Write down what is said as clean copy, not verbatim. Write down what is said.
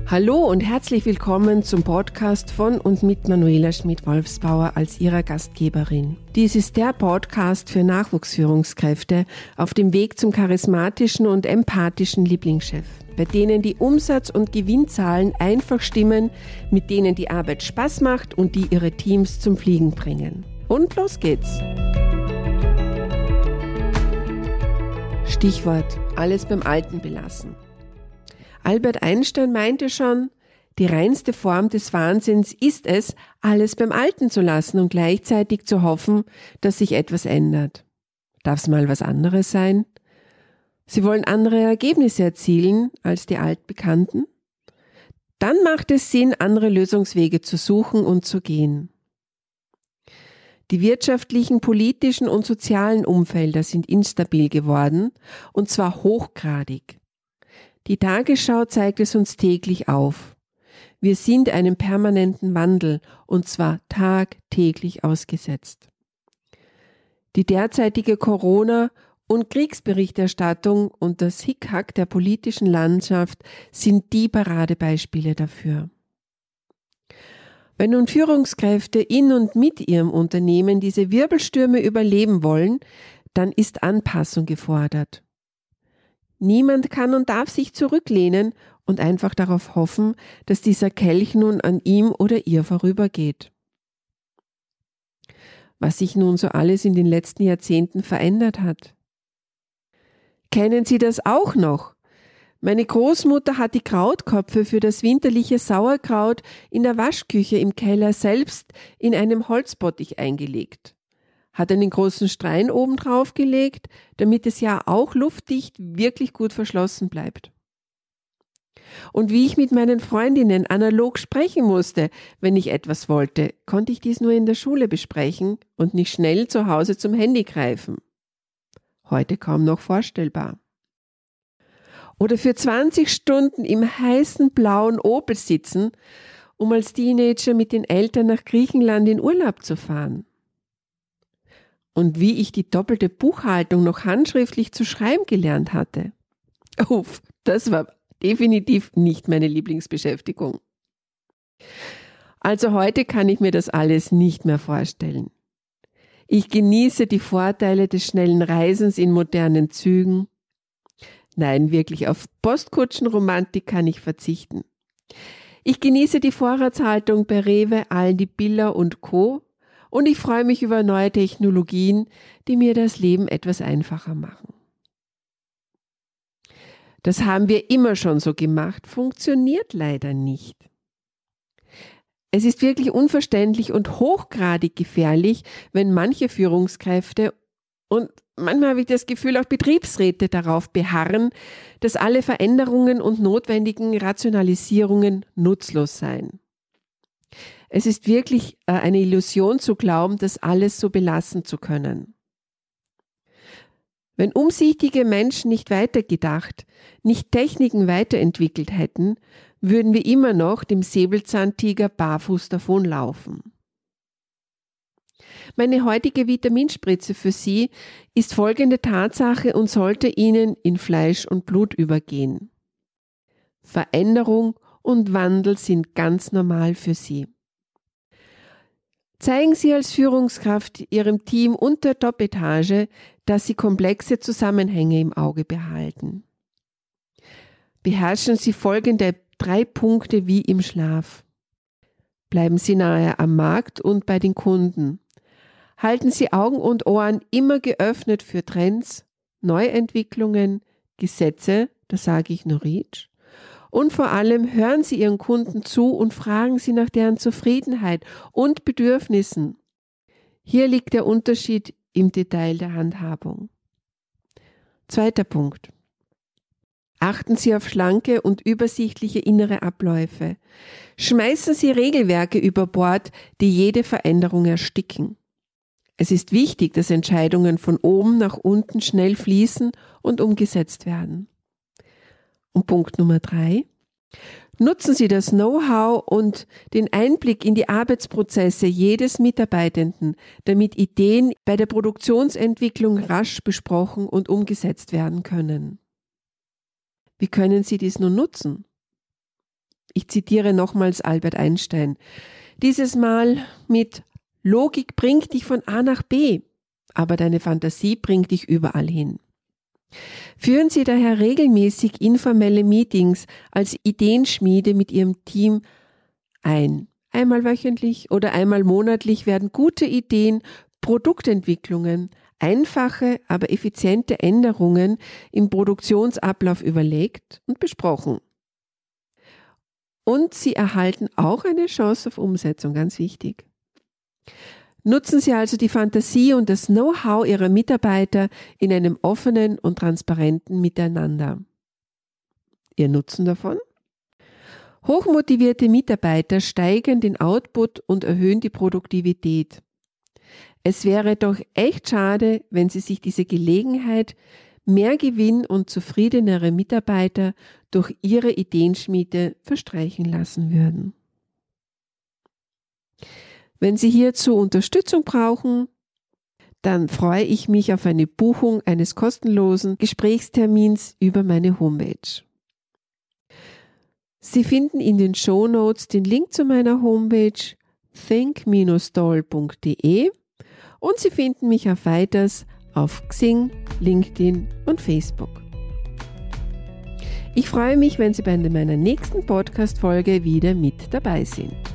Hallo und herzlich willkommen zum Podcast von und mit Manuela Schmid-Wolfsbauer als Ihrer Gastgeberin. Dies ist der Podcast für Nachwuchsführungskräfte auf dem Weg zum charismatischen und empathischen Lieblingschef, bei denen die Umsatz- und Gewinnzahlen einfach stimmen, mit denen die Arbeit Spaß macht und die ihre Teams zum Fliegen bringen. Und los geht's! Stichwort: alles beim Alten belassen. Albert Einstein meinte schon, die reinste Form des Wahnsinns ist es, alles beim Alten zu lassen und gleichzeitig zu hoffen, dass sich etwas ändert. Darf's mal was anderes sein? Sie wollen andere Ergebnisse erzielen als die Altbekannten? Dann macht es Sinn, andere Lösungswege zu suchen und zu gehen. Die wirtschaftlichen, politischen und sozialen Umfelder sind instabil geworden, und zwar hochgradig. Die Tagesschau zeigt es uns täglich auf. Wir sind einem permanenten Wandel, und zwar tagtäglich ausgesetzt. Die derzeitige Corona- und Kriegsberichterstattung und das Hickhack der politischen Landschaft sind die Paradebeispiele dafür. Wenn nun Führungskräfte in und mit ihrem Unternehmen diese Wirbelstürme überleben wollen, dann ist Anpassung gefordert. Niemand kann und darf sich zurücklehnen und einfach darauf hoffen, dass dieser Kelch nun an ihm oder ihr vorübergeht. Was sich nun so alles in den letzten Jahrzehnten verändert hat. Kennen Sie das auch noch? Meine Großmutter hat die Krautköpfe für das winterliche Sauerkraut in der Waschküche im Keller selbst in einem Holzbottich eingelegt. Hat einen großen Stein oben drauf gelegt, damit es ja auch luftdicht wirklich gut verschlossen bleibt. Und wie ich mit meinen Freundinnen analog sprechen musste, wenn ich etwas wollte, konnte ich dies nur in der Schule besprechen und nicht schnell zu Hause zum Handy greifen. Heute kaum noch vorstellbar. Oder für 20 Stunden im heißen blauen Opel sitzen, um als Teenager mit den Eltern nach Griechenland in Urlaub zu fahren. Und wie ich die doppelte Buchhaltung noch handschriftlich zu schreiben gelernt hatte. Uff, das war definitiv nicht meine Lieblingsbeschäftigung. Also heute kann ich mir das alles nicht mehr vorstellen. Ich genieße die Vorteile des schnellen Reisens in modernen Zügen. Nein, wirklich, auf Postkutschenromantik kann ich verzichten. Ich genieße die Vorratshaltung bei Rewe, Aldi, Billa und Co. Und ich freue mich über neue Technologien, die mir das Leben etwas einfacher machen. Das haben wir immer schon so gemacht, funktioniert leider nicht. Es ist wirklich unverständlich und hochgradig gefährlich, wenn manche Führungskräfte und manchmal habe ich das Gefühl, auch Betriebsräte darauf beharren, dass alle Veränderungen und notwendigen Rationalisierungen nutzlos seien. Es ist wirklich eine Illusion zu glauben, das alles so belassen zu können. Wenn umsichtige Menschen nicht weitergedacht, nicht Techniken weiterentwickelt hätten, würden wir immer noch dem Säbelzahntiger barfuß davonlaufen. Meine heutige Vitaminspritze für Sie ist folgende Tatsache und sollte Ihnen in Fleisch und Blut übergehen. Veränderung und Wandel sind ganz normal für Sie. Zeigen Sie als Führungskraft Ihrem Team und der Top-Etage, dass Sie komplexe Zusammenhänge im Auge behalten. Beherrschen Sie folgende 3 Punkte wie im Schlaf. Bleiben Sie nahe am Markt und bei den Kunden. Halten Sie Augen und Ohren immer geöffnet für Trends, Neuentwicklungen, Gesetze, da sage ich nur REACH. Und vor allem hören Sie Ihren Kunden zu und fragen Sie nach deren Zufriedenheit und Bedürfnissen. Hier liegt der Unterschied im Detail der Handhabung. 2. Punkt. Achten Sie auf schlanke und übersichtliche innere Abläufe. Schmeißen Sie Regelwerke über Bord, die jede Veränderung ersticken. Es ist wichtig, dass Entscheidungen von oben nach unten schnell fließen und umgesetzt werden. Und Punkt Nummer 3. Nutzen Sie das Know-how und den Einblick in die Arbeitsprozesse jedes Mitarbeitenden, damit Ideen bei der Produktionsentwicklung rasch besprochen und umgesetzt werden können. Wie können Sie dies nun nutzen? Ich zitiere nochmals Albert Einstein. Dieses Mal mit Logik bringt dich von A nach B, aber deine Fantasie bringt dich überall hin. Führen Sie daher regelmäßig informelle Meetings als Ideenschmiede mit Ihrem Team ein. Einmal wöchentlich oder einmal monatlich werden gute Ideen, Produktentwicklungen, einfache, aber effiziente Änderungen im Produktionsablauf überlegt und besprochen. Und Sie erhalten auch eine Chance auf Umsetzung, ganz wichtig. Nutzen Sie also die Fantasie und das Know-how Ihrer Mitarbeiter in einem offenen und transparenten Miteinander. Ihr Nutzen davon? Hochmotivierte Mitarbeiter steigern den Output und erhöhen die Produktivität. Es wäre doch echt schade, wenn Sie sich diese Gelegenheit, mehr Gewinn und zufriedenere Mitarbeiter durch Ihre Ideenschmiede verstreichen lassen würden. Wenn Sie hierzu Unterstützung brauchen, dann freue ich mich auf eine Buchung eines kostenlosen Gesprächstermins über meine Homepage. Sie finden in den Shownotes den Link zu meiner Homepage think-doll.de und Sie finden mich auf weiters auf Xing, LinkedIn und Facebook. Ich freue mich, wenn Sie bei meiner nächsten Podcast-Folge wieder mit dabei sind.